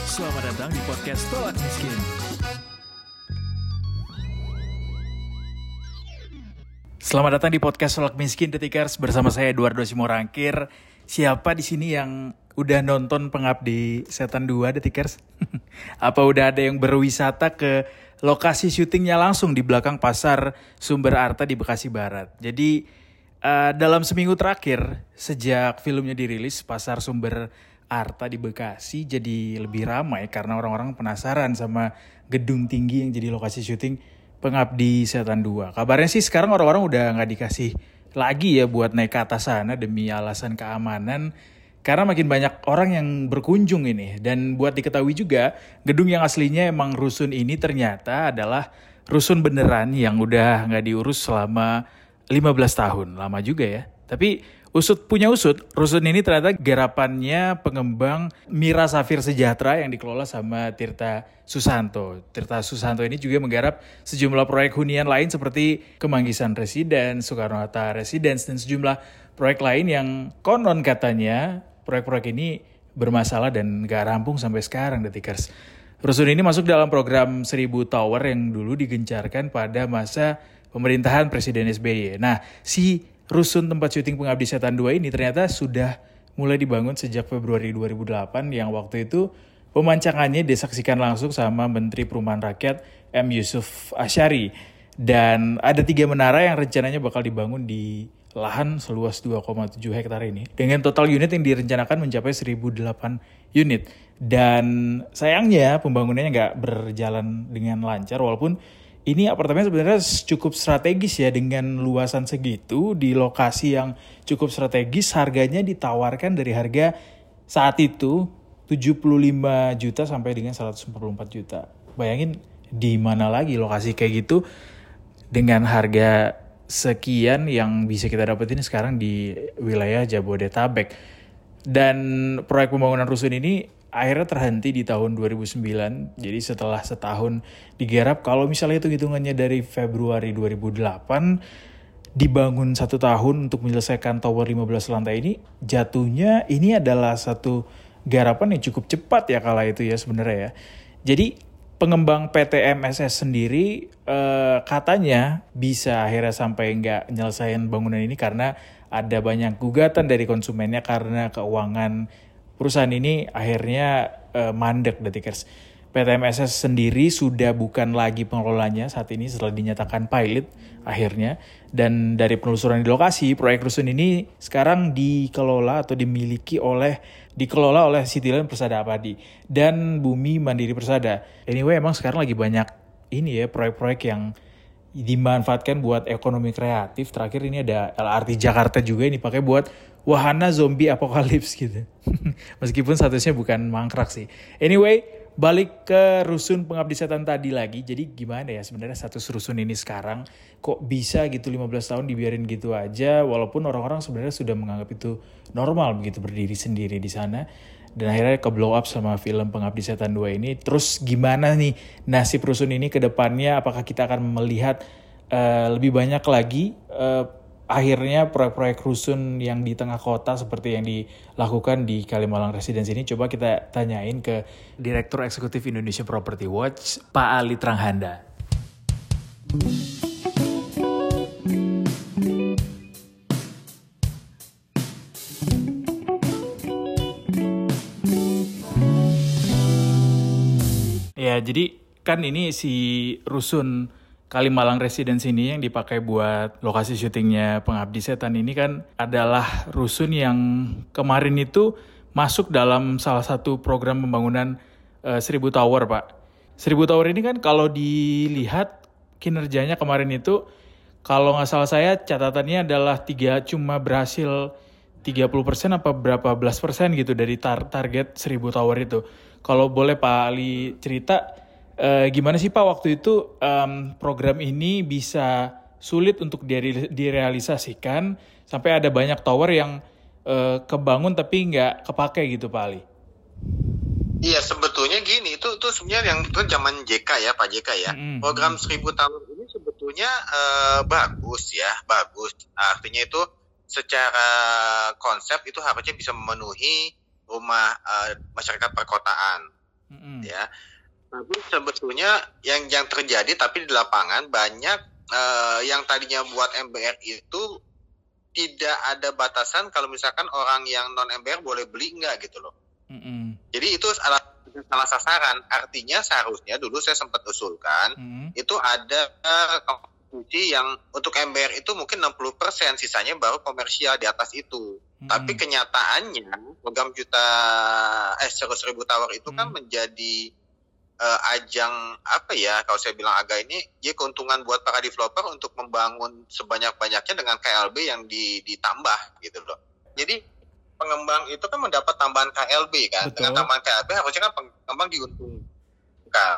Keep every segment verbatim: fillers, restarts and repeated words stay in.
Selamat datang di podcast Tolak Miskin. Selamat datang di podcast Tolak Miskin Detikers bersama saya Eduardo Simorangkir. Siapa di sini yang udah nonton Pengabdi Setan dua Detikers? Apa udah ada yang berwisata ke lokasi syutingnya langsung di belakang pasar Sumber Arta di Bekasi Barat? Jadi uh, dalam seminggu terakhir sejak filmnya dirilis, pasar Sumber Arta di Bekasi jadi lebih ramai karena orang-orang penasaran sama gedung tinggi yang jadi lokasi syuting Pengabdi Setan dua. Kabarnya sih sekarang orang-orang udah gak dikasih lagi ya buat naik ke atas sana demi alasan keamanan. Karena makin banyak orang yang berkunjung ini. Dan buat diketahui juga, gedung yang aslinya emang rusun ini ternyata adalah rusun beneran yang udah gak diurus selama lima belas tahun. Lama juga ya. Tapi usut punya usut, rusun ini ternyata garapannya pengembang Mira Safir Sejahtera yang dikelola sama Tirta Susanto. Tirta Susanto ini juga menggarap sejumlah proyek hunian lain seperti Kemanggisan Residence, Soekarno-Hatta Residence, dan sejumlah proyek lain yang konon katanya proyek-proyek ini bermasalah dan gak rampung sampai sekarang, Detikers. Rusun ini masuk dalam program Seribu Tower yang dulu digencarkan pada masa pemerintahan Presiden S B Y. Nah, si rusun tempat syuting Pengabdi Setan dua ini ternyata sudah mulai dibangun sejak Februari dua ribu delapan yang waktu itu pemancangannya disaksikan langsung sama Menteri Perumahan Rakyat M. Yusuf Asyari. Dan ada tiga menara yang rencananya bakal dibangun di lahan seluas dua koma tujuh hektar ini. Dengan total unit yang direncanakan mencapai seribu delapan unit. Dan sayangnya pembangunannya nggak berjalan dengan lancar walaupun ini apartemen sebenarnya cukup strategis ya dengan luasan segitu di lokasi yang cukup strategis, harganya ditawarkan dari harga saat itu tujuh puluh lima juta sampai dengan seratus empat puluh empat juta. Bayangin di mana lagi lokasi kayak gitu dengan harga sekian yang bisa kita dapetin sekarang di wilayah Jabodetabek. Dan proyek pembangunan rusun ini akhirnya terhenti di tahun dua ribu sembilan. Jadi setelah setahun digarap, kalau misalnya itu hitungannya dari Februari dua ribu delapan dibangun satu tahun untuk menyelesaikan tower lima belas lantai ini, jatuhnya ini adalah satu garapan yang cukup cepat ya kala itu ya sebenarnya ya. Jadi pengembang P T M S S sendiri eh, katanya bisa akhirnya sampai nggak nyelesain bangunan ini karena ada banyak gugatan dari konsumennya karena keuangan perusahaan ini akhirnya uh, mandek, Detikers. P T M S S sendiri sudah bukan lagi pengelolanya saat ini setelah dinyatakan pilot akhirnya. Dan dari penelusuran di lokasi, proyek rusun ini sekarang dikelola atau dimiliki oleh dikelola oleh Cityland Persada Abadi dan Bumi Mandiri Persada. Anyway, emang sekarang lagi banyak ini ya proyek-proyek yang dimanfaatkan buat ekonomi kreatif. Terakhir ini ada L R T Jakarta juga ini pakai buat wahana zombie apokalips gitu. Meskipun statusnya bukan mangkrak sih. Anyway, balik ke rusun Pengabdi Setan tadi lagi. Jadi gimana ya sebenarnya status rusun ini sekarang? Kok bisa gitu lima belas tahun dibiarin gitu aja walaupun orang-orang sebenarnya sudah menganggap itu normal begitu berdiri sendiri di sana. Dan akhirnya ke blow up sama film Pengabdi Setan dua ini. Terus gimana nih nasib rusun ini ke depannya? Apakah kita akan melihat uh, lebih banyak lagi uh, akhirnya proyek-proyek rusun yang di tengah kota seperti yang dilakukan di Kalimalang Residence ini? Coba kita tanyain ke Direktur Eksekutif Indonesia Property Watch, Pak Ali Tranghanda. Ya, jadi kan ini si rusun Kalimalang Residence ini yang dipakai buat lokasi syutingnya Pengabdi Setan ini kan adalah rusun yang kemarin itu masuk dalam salah satu program pembangunan uh, Seribu Tower, Pak. Seribu Tower ini kan kalau dilihat kinerjanya kemarin itu, kalau nggak salah saya catatannya adalah tiga cuma berhasil tiga puluh persen apa berapa belas persen gitu dari tar- target Seribu Tower itu. Kalau boleh Pak Ali cerita, Uh, gimana sih Pak waktu itu um, program ini bisa sulit untuk dire- direalisasikan sampai ada banyak tower yang uh, kebangun tapi nggak kepake gitu Pak Ali? Iya sebetulnya gini, itu itu sebenarnya yang itu zaman J K ya Pak J K ya. Mm-hmm. Program Seribu Tahun ini sebetulnya uh, bagus ya, bagus. Artinya itu secara konsep itu harusnya bisa memenuhi rumah uh, masyarakat perkotaan. mm-hmm. ya. Tapi sebetulnya yang yang terjadi tapi di lapangan banyak uh, yang tadinya buat M B R itu tidak ada batasan kalau misalkan orang yang non M B R boleh beli enggak gitu loh. Mm-hmm. Jadi itu salah salah sasaran. Artinya seharusnya dulu saya sempat usulkan mm-hmm. itu ada konstitusi yang untuk M B R itu mungkin enam puluh persen, sisanya baru komersial di atas itu. Mm-hmm. Tapi kenyataannya program juta eh seribu tower itu mm-hmm. kan menjadi uh, ajang apa ya kalau saya bilang agak ini ya keuntungan buat para developer untuk membangun sebanyak-banyaknya dengan K L B yang di, ditambah gitu loh. Jadi pengembang itu kan mendapat tambahan K L B kan. Betul. Dengan tambahan K L B harusnya kan pengembang diuntungkan.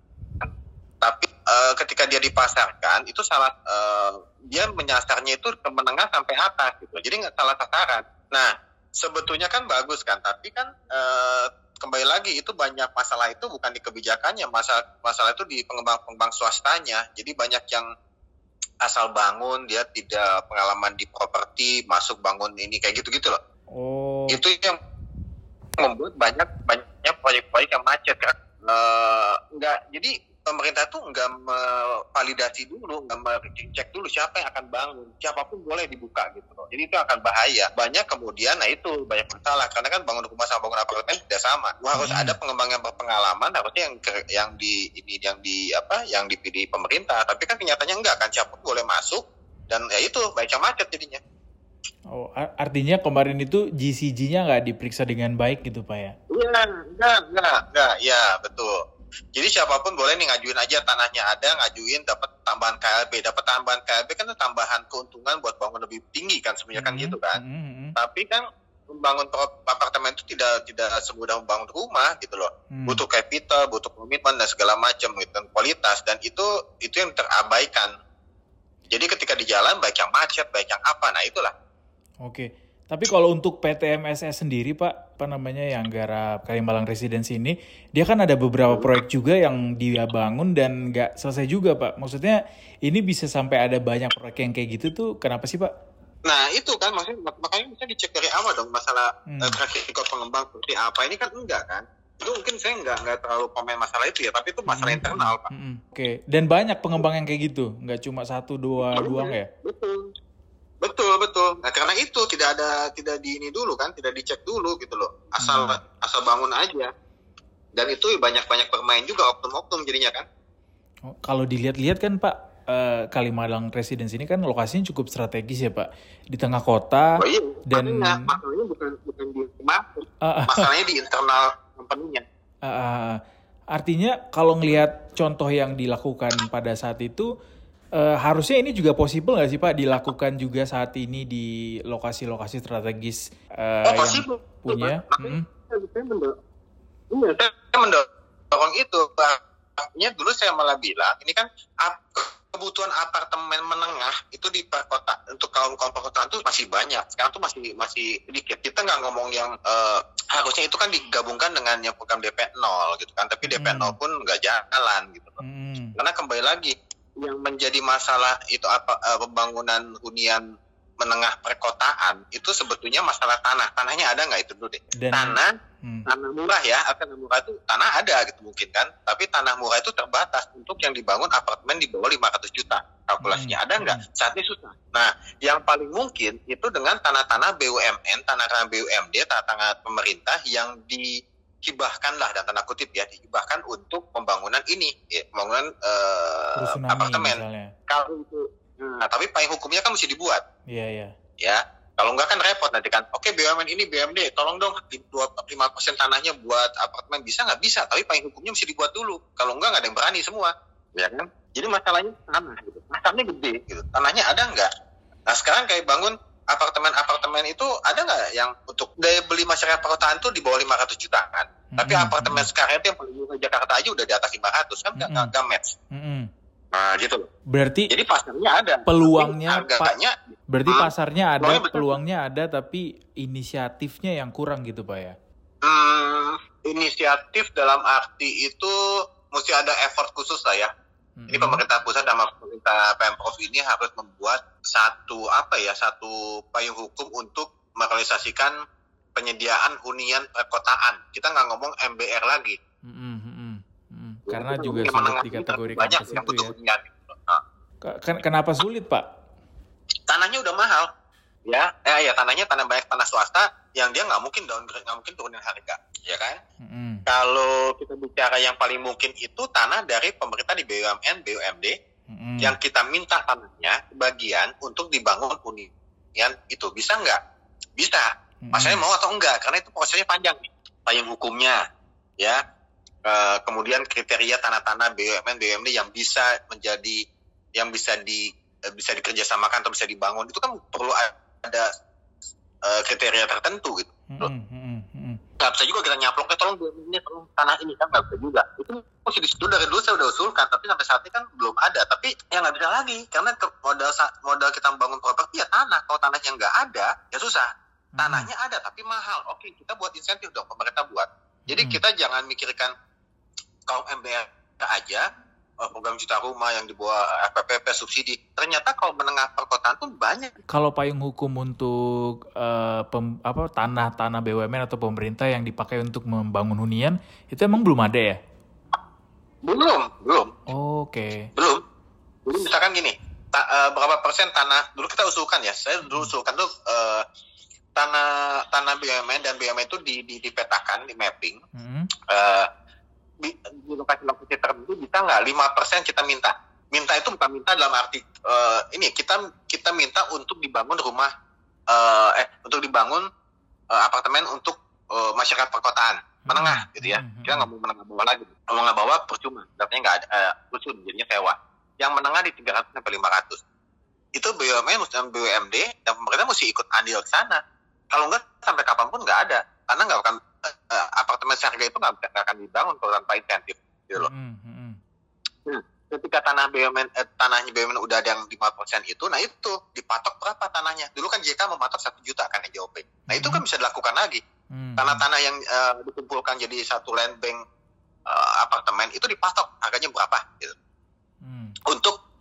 Tapi uh, ketika dia dipasarkan itu salah uh, dia menyasarnya itu ke menengah sampai atas gitu. Jadi nggak salah sasaran. Nah sebetulnya kan bagus kan, tapi kan uh, kembali lagi itu banyak masalah itu bukan di kebijakannya, masalah masalah itu di pengembang-pengembang swastanya. Jadi banyak yang asal bangun, dia tidak pengalaman di properti, masuk bangun ini kayak gitu-gitu loh. Oh. Itu yang membuat banyak banyak proyek-proyek yang macet kan. Uh, enggak, jadi pemerintah tuh enggak validasi dulu, enggak cek dulu siapa yang akan bangun, siapapun boleh dibuka gitu loh. Jadi itu akan bahaya. Banyak kemudian, nah itu banyak masalah karena kan bangun rumah sama bangun apartemen tidak sama. Wah, harus hmm. ada pengembang yang berpengalaman, harusnya yang yang di ini yang di apa yang dipilih pemerintah. Tapi kan kenyataannya enggak kan, siapapun boleh masuk dan ya itu banyak macet jadinya. Oh, artinya kemarin itu G C G-nya nggak diperiksa dengan baik gitu Pak ya? Iya, enggak, enggak, enggak, ya betul. Jadi siapapun boleh nih ngajuin aja, tanahnya ada, ngajuin dapat tambahan K L B, dapat tambahan K L B kan itu tambahan keuntungan buat bangun lebih tinggi kan sebenarnya kan mm-hmm. gitu kan. Mm-hmm. Tapi kan membangun apartemen itu tidak tidak semudah membangun rumah gitu loh. Mm. Butuh capital, butuh komitmen dan segala macam gitu, dan kualitas dan itu itu yang terabaikan. Jadi ketika di jalan baik yang macet, baik yang apa, nah itulah. Oke, tapi kalau untuk P T M S S sendiri Pak, apa namanya yang garap Kalimalang Residence ini, dia kan ada beberapa proyek juga yang dia bangun dan nggak selesai juga Pak. Maksudnya ini bisa sampai ada banyak proyek yang kayak gitu tuh, kenapa sih Pak? Nah itu kan maksudnya makanya bisa dicek dari awal dong masalah hmm. track record pengembang seperti apa. Ini kan enggak kan? Itu mungkin saya nggak nggak terlalu komen masalah itu ya, tapi itu masalah hmm. internal Pak. Hmm. Oke, okay. Dan banyak pengembang yang kayak gitu, nggak cuma satu dua betul, doang ya? Betul. Betul betul. Nah karena itu tidak ada tidak di ini dulu kan, tidak dicek dulu gitu loh. Asal hmm. asal bangun aja. Dan itu banyak-banyak bermain juga oknum-oknum jadinya kan. Oh, kalau dilihat-lihat kan Pak, eh, Kalimalang Residence ini kan lokasinya cukup strategis ya Pak, di tengah kota. Oh, iya. Dan masalahnya, masalahnya bukan bukan di market, uh, masalahnya di internal company-nya. Uh, uh, artinya kalau ngelihat contoh yang dilakukan pada saat itu. Uh, harusnya ini juga possible nggak sih Pak dilakukan juga saat ini di lokasi-lokasi strategis uh, oh, yang possible. punya? Hmm. Saya mendorong, iya, saya mendorong itu. Bahkan dulu saya malah bilang ini kan kebutuhan apartemen menengah itu di perkotaan untuk kaum kaum perkotaan itu masih banyak. Sekarang tuh masih masih sedikit. Kita nggak ngomong yang uh, harusnya itu kan digabungkan dengan yang program D P nol gitu kan. Tapi D P nol hmm. pun nggak jalan gitu. Hmm. Karena kembali lagi. Yang menjadi masalah itu apa uh, pembangunan hunian menengah perkotaan itu sebetulnya masalah tanah. Tanahnya ada nggak itu dulu deh. Dan, tanah hmm. tanah murah ya, tanah murah itu tanah ada gitu mungkin kan. Tapi tanah murah itu terbatas untuk yang dibangun apartemen di bawah lima ratus juta. Kalkulasinya hmm. ada nggak? Saat ini susah. Nah, yang paling mungkin itu dengan tanah-tanah B U M N, tanah-tanah B U M D, tanah-tanah pemerintah yang di hibahkanlah dan tanda kutip ya dihibahkan untuk pembangunan ini ya, pembangunan uh, apartemen. Kalau itu, nah tapi payung hukumnya kan mesti dibuat. Iya iya. Ya kalau enggak kan repot nanti kan. Oke B U M N ini B U M D, tolong dong dua puluh lima persen tanahnya buat apartemen bisa nggak bisa? Tapi payung hukumnya mesti dibuat dulu. Kalau enggak nggak ada yang berani semua, ya kan? Jadi masalahnya tanah, gitu. Masalahnya gede, gitu. Tanahnya ada nggak? Nah sekarang kayak bangun apartemen-apartemen itu ada nggak yang untuk daya beli masyarakat perkotaan itu di bawah lima ratus juta kan? Mm-hmm. Tapi apartemen sekarang itu yang paling murah Jakarta aja udah di atas lima ratus kan nggak mm-hmm. nggak match. Mm-hmm. Nah gitu loh. Berarti jadi pasarnya ada. Peluangnya harganya. Pa- berarti hmm, pasarnya ada, peluangnya, peluangnya ada tapi inisiatifnya yang kurang gitu Pak ya? Hmm, inisiatif dalam arti itu mesti ada effort khusus lah ya. Mm-hmm. Ini pemerintah pusat sama pemerintah Pemprov ini harus membuat satu apa ya satu payung hukum untuk merealisasikan penyediaan hunian perkotaan. Kita nggak ngomong M B R lagi. Hmm, hmm, hmm, hmm. Karena juga sulit dikategorikan ke situ ya. Hunian. Kenapa sulit, Pak? Tanahnya udah mahal, ya. Eh ya tanahnya tanah banyak tanah swasta yang dia nggak mungkin downgrade, nggak mungkin turunin harga, ya kan? Mm-hmm. Kalau kita bicara yang paling mungkin itu tanah dari pemerintah di B U M N, B U M D, mm-hmm. yang kita minta tanahnya bagian untuk dibangun hunian itu bisa nggak? Bisa. Mm-hmm. Masalahnya mau atau enggak? Karena itu prosesnya panjang nih, payung hukumnya, ya. E, kemudian kriteria tanah-tanah B U M N, B U M D yang bisa menjadi yang bisa di bisa dikerjasamakan atau bisa dibangun itu kan perlu ada uh, kriteria tertentu gitu. Mm-hmm. Nggak bisa juga kita nyaploknya tolong ini tolong tanah ini kan nggak bisa juga. Itu mesti disitu dari dulu saya udah usulkan tapi sampai saat ini kan belum ada. Tapi ya nggak bisa lagi karena modal modal kita membangun properti ya tanah. Kalau tanahnya nggak ada ya susah. Tanahnya mm-hmm. ada tapi mahal. Oke kita buat insentif dong pemerintah buat. Jadi mm-hmm. kita jangan mikirkan kaum M B R aja. Program Cita Rumah yang di bawah F P P P subsidi. Ternyata kalau menengah perkotaan tuh banyak. Kalau payung hukum untuk uh, pem, apa tanah-tanah B U M N atau pemerintah yang dipakai untuk membangun hunian itu emang belum ada ya? Belum, belum. Oh, Oke. Okay. Belum. Jadi misalkan gini, ta, uh, berapa persen tanah dulu kita usulkan ya. Saya dulu usulkan tuh uh, tanah tanah B U M N dan B U M N itu di, di, dipetakan, di mapping. Hmm. Uh, di lokasi-lokasi tertentu bisa nggak lima persen kita minta. Minta itu bukan minta dalam arti uh, ini kita kita minta untuk dibangun rumah uh, eh untuk dibangun uh, apartemen untuk uh, masyarakat perkotaan menengah hmm. gitu ya. Kita nggak mau menengah bawah lagi. Menengah bawah percuma, dapatnya nggak ada uh, rusun jadinya sewa. Yang menengah di tiga ratus sampai lima ratus. Itu B U M N dan B U M D dan pemerintah mesti ikut andil ke sana. Kalau nggak sampai kapanpun nggak ada. Karena nggak akan uh, apartemen seharga itu nggak akan dibangun kalau tanpa insentif gitu loh. Mm-hmm. Hmm, ketika tanah B U M N eh, tanahnya B U M N udah ada yang lima persen itu, nah itu dipatok berapa tanahnya? Dulu kan J K mematok satu juta kan J O P. Nah mm-hmm. itu kan bisa dilakukan lagi. Mm-hmm. Tanah-tanah yang uh, dikumpulkan jadi satu land bank uh, apartemen itu dipatok harganya berapa gitu. Mm-hmm. Untuk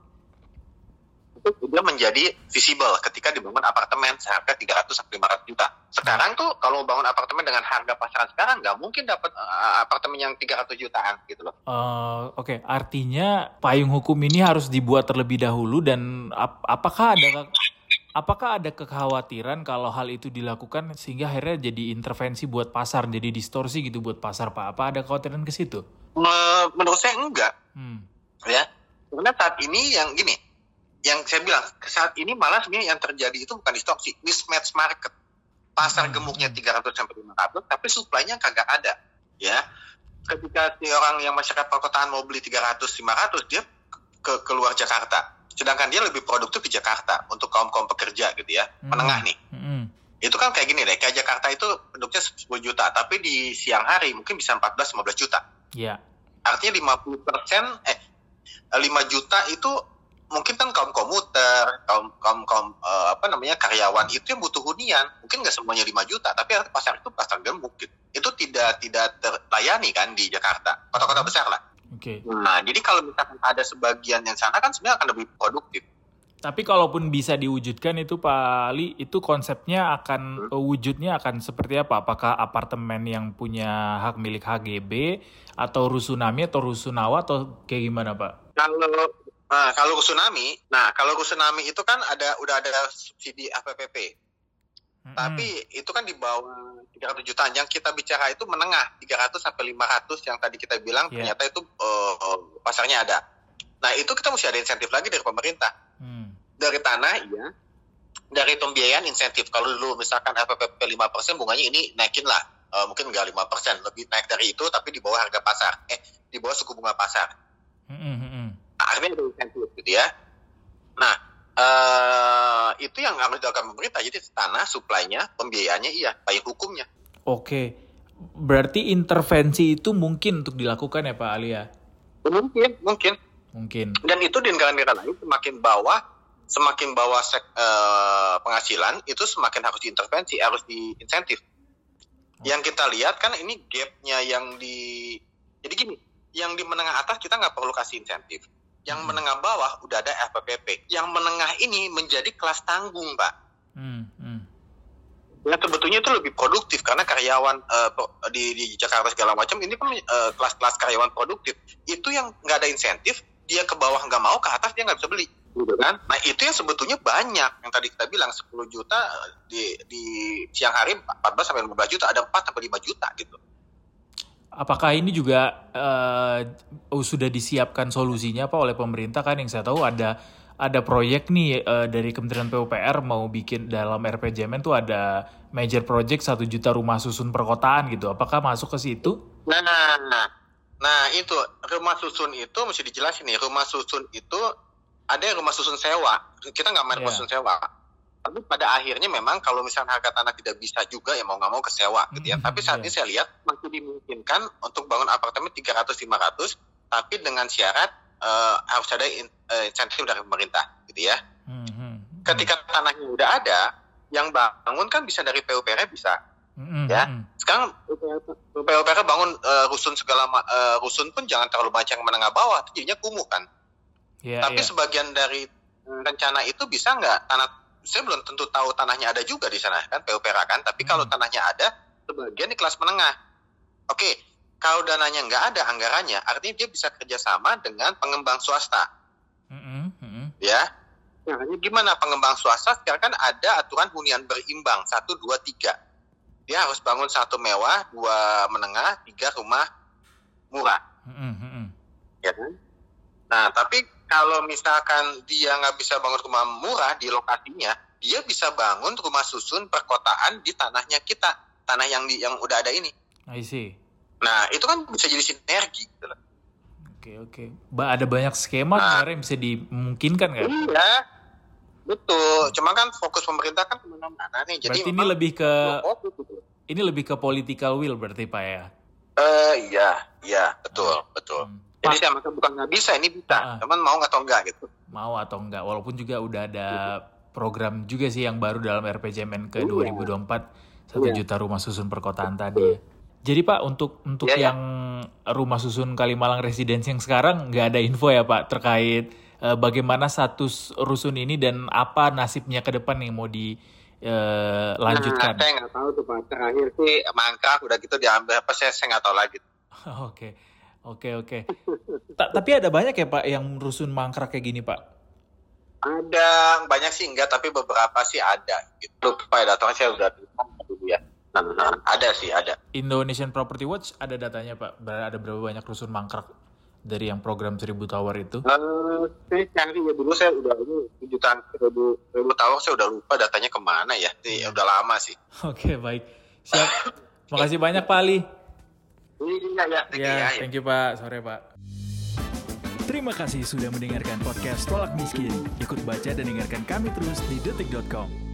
dia menjadi visible ketika dibangun apartemen seharga tiga ratus sampai lima ratus juta. Sekarang tuh kalau bangun apartemen dengan harga pasaran sekarang nggak mungkin dapat uh, apartemen yang tiga ratus jutaan gitu loh. Uh, Oke, okay. Artinya payung hukum ini harus dibuat terlebih dahulu dan ap- apakah ada apakah ada kekhawatiran kalau hal itu dilakukan sehingga akhirnya jadi intervensi buat pasar, jadi distorsi gitu buat pasar, Pak? Apa ada kekhawatiran ke situ? Menurut saya enggak. Hmm. Ya. Karena saat ini yang gini, yang saya bilang saat ini malah sebenarnya yang terjadi itu bukan distorsi, mismatch market. Pasar gemuknya tiga ratus sampai lima ratus tapi supply-nya kagak ada, ya. Ketika si orang yang masyarakat perkotaan mau beli tiga ratus lima ratus dia ke keluar Jakarta. Sedangkan dia lebih produktif di Jakarta untuk kaum-kaum pekerja gitu ya, menengah nih. Mm-hmm. Itu kan kayak gini deh, kayak Jakarta itu penduduknya sepuluh juta, tapi di siang hari mungkin bisa empat belas sampai lima belas juta. Iya. Yeah. Artinya lima puluh persen eh lima juta itu mungkin kan kaum komuter, kaum kaum kaum uh, apa namanya karyawan itu yang butuh hunian. Mungkin nggak semuanya lima juta, tapi pasar itu pasar gemuk gitu. Itu tidak tidak terlayani kan di Jakarta, kota-kota besar lah. Oke. Okay. Nah, jadi kalau misalkan ada sebagian yang sana kan sebenarnya akan lebih produktif. Tapi kalaupun bisa diwujudkan itu Pak Ali, itu konsepnya akan hmm. wujudnya akan seperti apa? Apakah apartemen yang punya hak milik H G B atau rusunami atau rusunawa atau kayak gimana Pak? Kalau Nah, kalau tsunami, nah kalau tsunami itu kan ada udah ada subsidi F P P P. Mm-hmm. Tapi itu kan di bawah tiga ratus jutaan. Yang kita bicara itu menengah tiga ratus sampai lima ratus yang tadi kita bilang yeah. Ternyata itu uh, pasarnya ada. Nah, itu kita mesti ada insentif lagi dari pemerintah. Mm. Dari tanah iya. Dari pembiayaan insentif. Kalau dulu misalkan F P P P lima persen bunganya ini naikin lah. Uh, mungkin enggak lima persen, lebih naik dari itu tapi di bawah harga pasar. Eh, di bawah suku bunga pasar. Mm-hmm. Akhirnya ada insentif gitu ya. Nah, uh, itu yang harus dilakukan pemerintah. Jadi tanah, supply-nya, pembiayaannya iya, payung hukumnya. Oke, berarti intervensi itu mungkin untuk dilakukan ya Pak Ali ya? Mungkin, mungkin. Mungkin. Dan itu di negara-negara lain semakin bawah, semakin bawah sek, uh, penghasilan, itu semakin harus diintervensi, harus diinsentif. Oh. Yang kita lihat kan ini gap-nya yang di... Jadi gini, yang di menengah atas kita nggak perlu kasih insentif. Yang menengah bawah udah ada F P P P. Yang menengah ini menjadi kelas tanggung, Pak. Hmm, hmm. Ya sebetulnya itu lebih produktif karena karyawan uh, di, di Jakarta segala macam ini pun uh, kelas-kelas karyawan produktif itu yang nggak ada insentif, dia ke bawah nggak mau, ke atas dia nggak bisa beli, gitu kan? Nah itu yang sebetulnya banyak yang tadi kita bilang sepuluh juta di, di siang hari empat belas sampai lima belas juta, ada empat sampai lima juta gitu. Apakah ini juga uh, sudah disiapkan solusinya Pak oleh pemerintah? Kan yang saya tahu ada ada proyek nih uh, dari Kementerian P U P R mau bikin dalam R P J M N tuh ada major project satu juta rumah susun perkotaan gitu. Apakah masuk ke situ? Nah, nah, nah, nah itu rumah susun itu mesti dijelasin nih. Rumah susun itu ada yang rumah susun sewa. Kita nggak main yeah. rumah susun sewa. Tapi pada akhirnya memang kalau misalnya harga tanah tidak bisa juga ya mau nggak mau ke sewa gitu ya. Mm-hmm, tapi saat yeah. ini saya lihat masih dimungkinkan untuk bangun apartemen tiga ratus lima ratus tapi dengan syarat Uh, harus ada in, uh, insentif dari pemerintah gitu ya. Mm-hmm. Ketika tanahnya udah ada, yang bangun kan bisa dari P U P R bisa, mm-hmm. ya. Sekarang P U P R bangun uh, rusun segala uh, rusun pun jangan terlalu banyak yang menengah bawah, jadinya kumuh kan. Yeah, Tapi yeah. sebagian dari rencana itu bisa nggak tanah? Saya belum tentu tahu tanahnya ada juga di sana kan P U P R kan. Tapi mm-hmm. kalau tanahnya ada, sebagian di kelas menengah. Oke. Okay. Kalau dananya nggak ada anggarannya, artinya dia bisa kerjasama dengan pengembang swasta. Mm-hmm. Ya, caranya gimana pengembang swasta? Sekarang kan ada aturan hunian berimbang satu, dua, tiga. Dia harus bangun satu mewah, dua menengah, tiga rumah murah. Mm-hmm. Ya kan? Nah, tapi kalau misalkan dia nggak bisa bangun rumah murah di lokasinya, dia bisa bangun rumah susun perkotaan di tanahnya kita, tanah yang di, yang udah ada ini. I see. Nah, itu kan bisa jadi sinergi gitu loh. Oke, oke. Ba, ada banyak skema nah, yang bisa dimungkinkan kan? Iya, betul. Cuma kan fokus pemerintah kan kemana-mana nih. Jadi berarti ini lebih ke gitu. Ini lebih ke political will berarti Pak ya? Eh, uh, iya, iya, betul, hmm. betul. Hmm. Jadi saya maksud bukan nggak bisa, ini bisa. Uh, Cuman mau atau enggak gitu. Mau atau enggak, walaupun juga udah ada program juga sih yang baru dalam R P J M N ke iya. dua ribu dua puluh empat, satu iya. juta rumah susun perkotaan betul. Tadi ya. Jadi Pak, untuk untuk ya, yang ya. rumah susun Kalimalang Residence yang sekarang nggak ada info ya Pak terkait uh, bagaimana status rusun ini dan apa nasibnya ke depan yang mau dilanjutkan? Uh, nah, saya nggak tahu tuh Pak. Terakhir sih mangkrak udah gitu diambil apa saya saya nggak tahu lagi. Oke, oke, oke. Tapi ada banyak ya Pak yang rusun mangkrak kayak gini Pak? Ada banyak sih enggak, tapi beberapa sih ada. Gitu Pak, datangnya saya udah dulu ya. Nah, nah, ada sih, ada. Indonesian Property Watch ada datanya Pak, ada berapa banyak rusun mangkrak dari yang program seribu tower itu? Uh, saya cari ya dulu saya udah ini jutaan seribu, seribu tower saya udah lupa datanya kemana ya, jadi, udah lama sih. Oke okay, baik, siap. Makasih banyak Pak Ali. Iya ya, ya, ya, thank you Pak, sore Pak. Terima kasih sudah mendengarkan podcast Tolak Miskin. Ikut baca dan dengarkan kami terus di detik dot com.